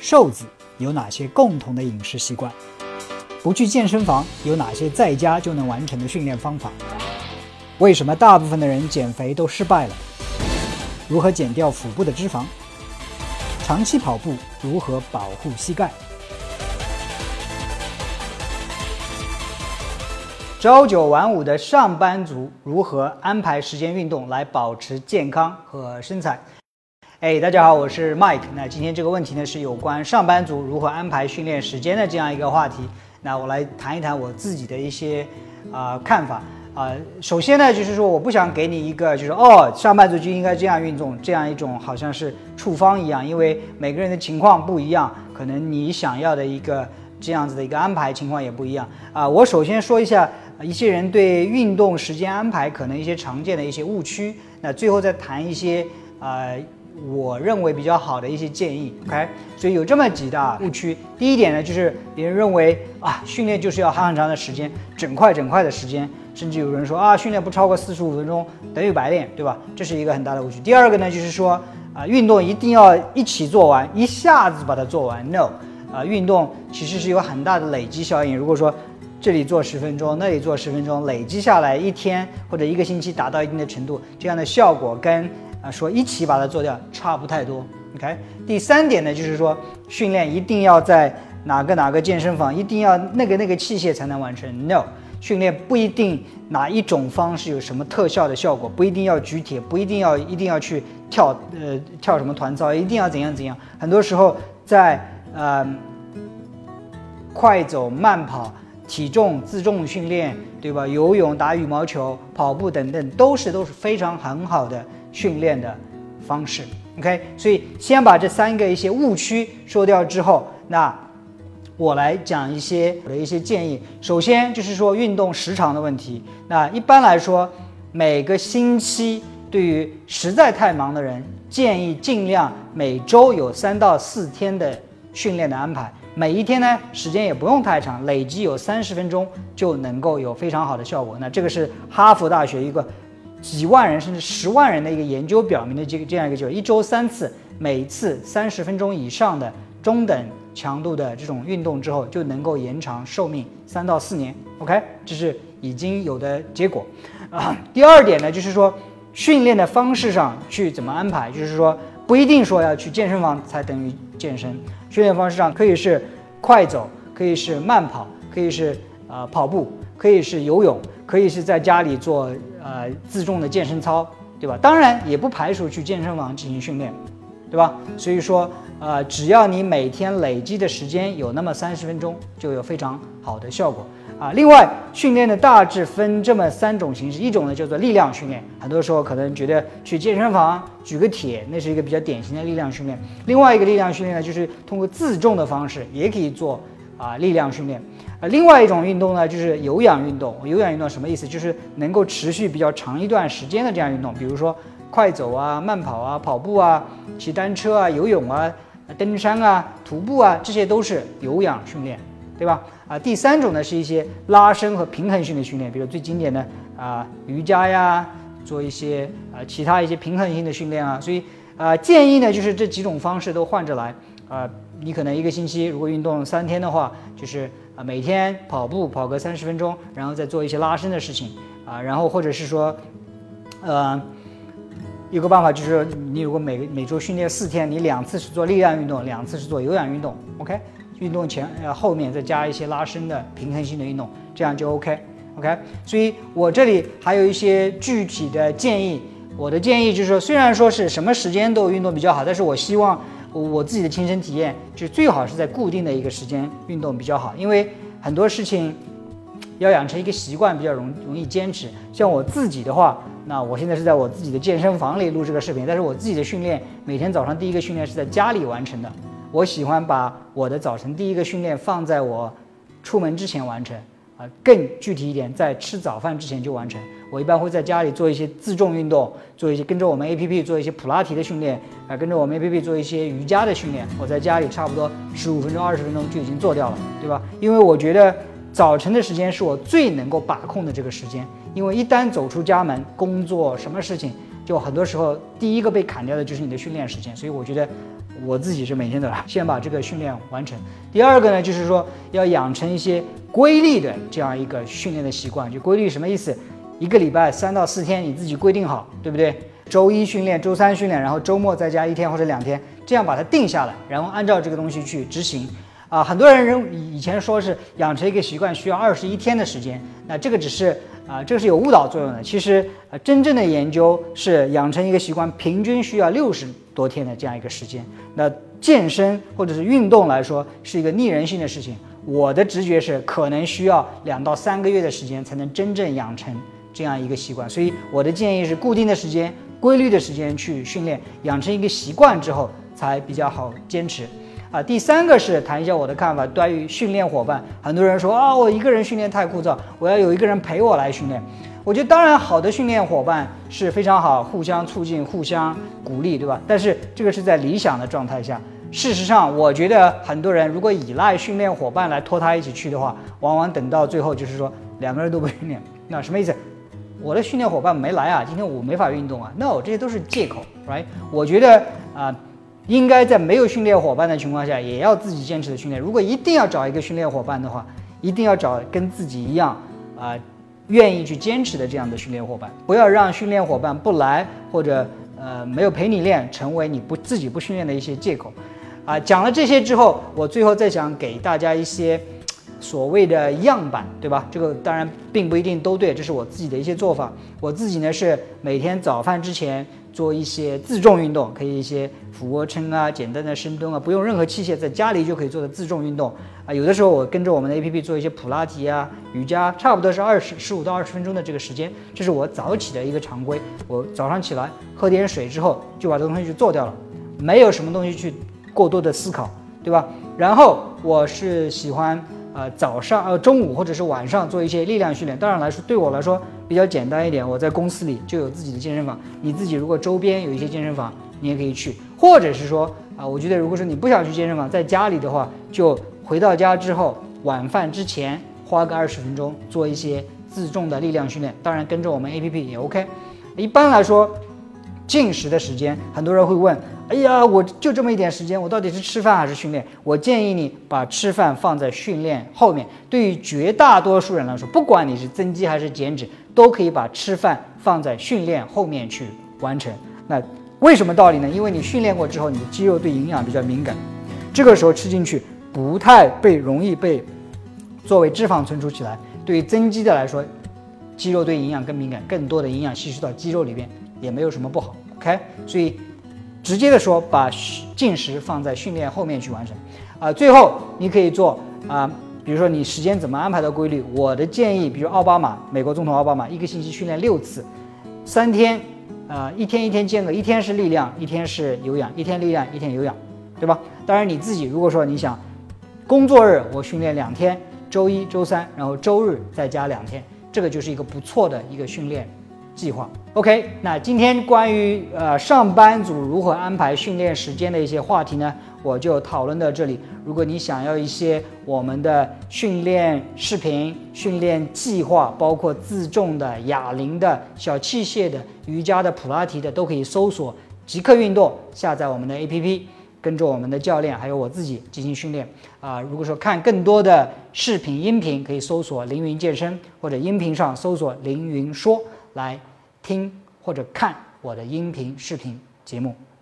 瘦子有哪些共同的饮食习惯？不去健身房有哪些在家就能完成的训练方法？为什么大部分的人减肥都失败了？如何减掉腹部的脂肪？长期跑步如何保护膝盖？朝九晚五的上班族如何安排时间运动来保持健康和身材？大家好，我是 Mike。那今天这个问题呢是有关上班族如何安排训练时间的这样一个话题。那我来谈一谈我自己的一些看法。首先呢，就是说我不想给你一个就是上班族就应该这样运动这样一种好像是处方一样，因为每个人的情况不一样，可能你想要的一个这样子的一个安排情况也不一样我首先说一下一些人对运动时间安排可能一些常见的一些误区，那最后再谈一些我认为比较好的一些建议 ，OK？ 所以有这么几大误区。第一点呢，就是别人认为训练就是要很长的时间，整块的时间，甚至有人说训练不超过45分钟等于白练，对吧？这是一个很大的误区。第二个呢，就是说运动一定要一起做完，一下子把它做完 ，no，运动其实是有很大的累积效应。如果说这里做10分钟，那里做10分钟，累积下来一天或者一个星期达到一定的程度，这样的效果跟说一起把它做掉差不太多 ，OK？ 第三点呢，就是说训练一定要在哪个健身房，一定要那个器械才能完成 ，no， 训练不一定哪一种方式有什么特效的效果，不一定要举铁，不一定要去跳什么团操，一定要怎样，很多时候在快走、慢跑、体重自重训练，对吧？游泳、打羽毛球、跑步等等，都是非常很好的训练的方式 ，OK？ 所以先把这三个一些误区说掉之后，那我来讲一些我的一些建议。首先就是说运动时长的问题。那一般来说，每个星期对于实在太忙的人，建议尽量每周有3到4天的训练的安排。每一天呢，时间也不用太长，累积有30分钟就能够有非常好的效果。那这个是哈佛大学一个几万人甚至10万人的一个研究表明的这样一个就是1周3次，每次30分钟以上的中等强度的这种运动之后，就能够延长寿命3到4年。OK， 这是已经有的结果。第二点呢，就是说训练的方式上去怎么安排，就是说不一定说要去健身房才等于健身。训练方式上可以是快走，可以是慢跑，可以是跑步，可以是游泳，可以是在家里做自重的健身操，对吧？当然也不排除去健身房进行训练，对吧？所以说只要你每天累积的时间有那么30分钟，就有非常好的效果另外训练的大致分这么3种形式，一种呢叫做力量训练，很多时候可能觉得去健身房举个铁，那是一个比较典型的力量训练。另外一个力量训练呢，就是通过自重的方式也可以做力量训练。另外一种运动呢，就是有氧运动。有氧运动什么意思？就是能够持续比较长一段时间的这样运动，比如说快走慢跑跑步骑单车游泳登山徒步这些都是有氧训练，对吧？第三种呢是一些拉伸和平衡性的训练，比如最经典的瑜伽做一些其他一些平衡性的训练所以建议呢就是这几种方式都换着来你可能一个星期如果运动3天的话，就是每天跑步跑个30分钟，然后再做一些拉伸的事情然后或者是说有个办法就是说你如果每周训练4天，你2次是做力量运动，2次是做有氧运动 OK， 运动前后面再加一些拉伸的平衡性的运动，这样就 OK。所以我这里还有一些具体的建议。我的建议就是说，虽然说是什么时间都有运动比较好，但是我希望我自己的亲身体验就是最好是在固定的一个时间运动比较好，因为很多事情要养成一个习惯比较容易坚持。像我自己的话，那我现在是在我自己的健身房里录这个视频，但是我自己的训练每天早上第一个训练是在家里完成的。我喜欢把我的早晨第一个训练放在我出门之前完成更具体一点，在吃早饭之前就完成。我一般会在家里做一些自重运动，做一些跟着我们 APP 做一些普拉提的训练跟着我们 APP 做一些瑜伽的训练。我在家里差不多15分钟20分钟就已经做掉了，对吧？因为我觉得早晨的时间是我最能够把控的这个时间，因为一旦走出家门，工作什么事情就很多时候第一个被砍掉的就是你的训练时间。所以我觉得我自己是每天都先把这个训练完成。第二个呢，就是说要养成一些规律的这样一个训练的习惯。就规律什么意思？一个礼拜3到4天你自己规定好，对不对？周一训练，周3训练，然后周末再加1天或者2天，这样把它定下来，然后按照这个东西去执行。很多人以前说是养成一个习惯需要21天的时间，那这个只是这个是有误导作用的。其实真正的研究是养成一个习惯平均需要60多天的这样一个时间。那健身或者是运动来说是一个逆人性的事情，我的直觉是可能需要2到3个月的时间才能真正养成这样一个习惯。所以我的建议是固定的时间、规律的时间去训练，养成一个习惯之后才比较好坚持。第三个是谈一下我的看法，关于训练伙伴。很多人说我一个人训练太枯燥，我要有一个人陪我来训练。我觉得当然好的训练伙伴是非常好，互相促进、互相鼓励，对吧？但是这个是在理想的状态下。事实上，我觉得很多人如果依赖训练伙伴来拖他一起去的话，往往等到最后就是说2个人都不训练。那什么意思？我的训练伙伴没来啊，今天我没法运动啊。No， 这些都是借口 ，right？ 我觉得应该在没有训练伙伴的情况下，也要自己坚持的训练。如果一定要找一个训练伙伴的话，一定要找跟自己一样愿意去坚持的这样的训练伙伴，不要让训练伙伴不来或者没有陪你练，成为你自己不训练的一些借口。讲了这些之后，我最后再想给大家一些所谓的样板，对吧？这个当然并不一定都对，这是我自己的一些做法。我自己呢是每天早饭之前做一些自重运动，可以一些俯卧撑简单的深蹲不用任何器械，在家里就可以做的自重运动有的时候我跟着我们的 APP 做一些普拉提瑜伽，差不多是15到20分钟的这个时间，这是我早起的一个常规。我早上起来喝点水之后就把这个东西就做掉了，没有什么东西去过多的思考，对吧？然后我是喜欢早上中午或者是晚上做一些力量训练。当然来说对我来说比较简单一点，我在公司里就有自己的健身房，你自己如果周边有一些健身房你也可以去，或者是说我觉得如果说你不想去健身房，在家里的话，就回到家之后晚饭之前花个20分钟做一些自重的力量训练，当然跟着我们 APP 也 OK。 一般来说进食的时间，很多人会问，哎呀，我就这么一点时间，我到底是吃饭还是训练？我建议你把吃饭放在训练后面。对于绝大多数人来说，不管你是增肌还是减脂，都可以把吃饭放在训练后面去完成。那为什么道理呢？因为你训练过之后，你的肌肉对营养比较敏感，这个时候吃进去不太容易被作为脂肪存储起来。对于增肌的来说，肌肉对营养更敏感，更多的营养吸收到肌肉里边也没有什么不好。 OK， 所以直接的说，把进食放在训练后面去完成。最后你可以做比如说你时间怎么安排的规律。我的建议，比如美国总统奥巴马，1个星期训练6次，3天，一天一天间隔，1天是力量，1天是有氧，1天力量，1天有氧，对吧？当然你自己如果说你想工作日我训练2天，周1、周3，然后周日再加2天，这个就是一个不错的一个训练计划。 OK， 那今天关于上班族如何安排训练时间的一些话题呢，我就讨论到这里。如果你想要一些我们的训练视频、训练计划，包括自重的、哑铃的、小器械的、瑜伽的、普拉提的，都可以搜索极客运动，下载我们的 APP， 跟着我们的教练还有我自己进行训练如果说看更多的视频、音频，可以搜索凌云健身，或者音频上搜索凌云说来听或者看我的音频视频节目。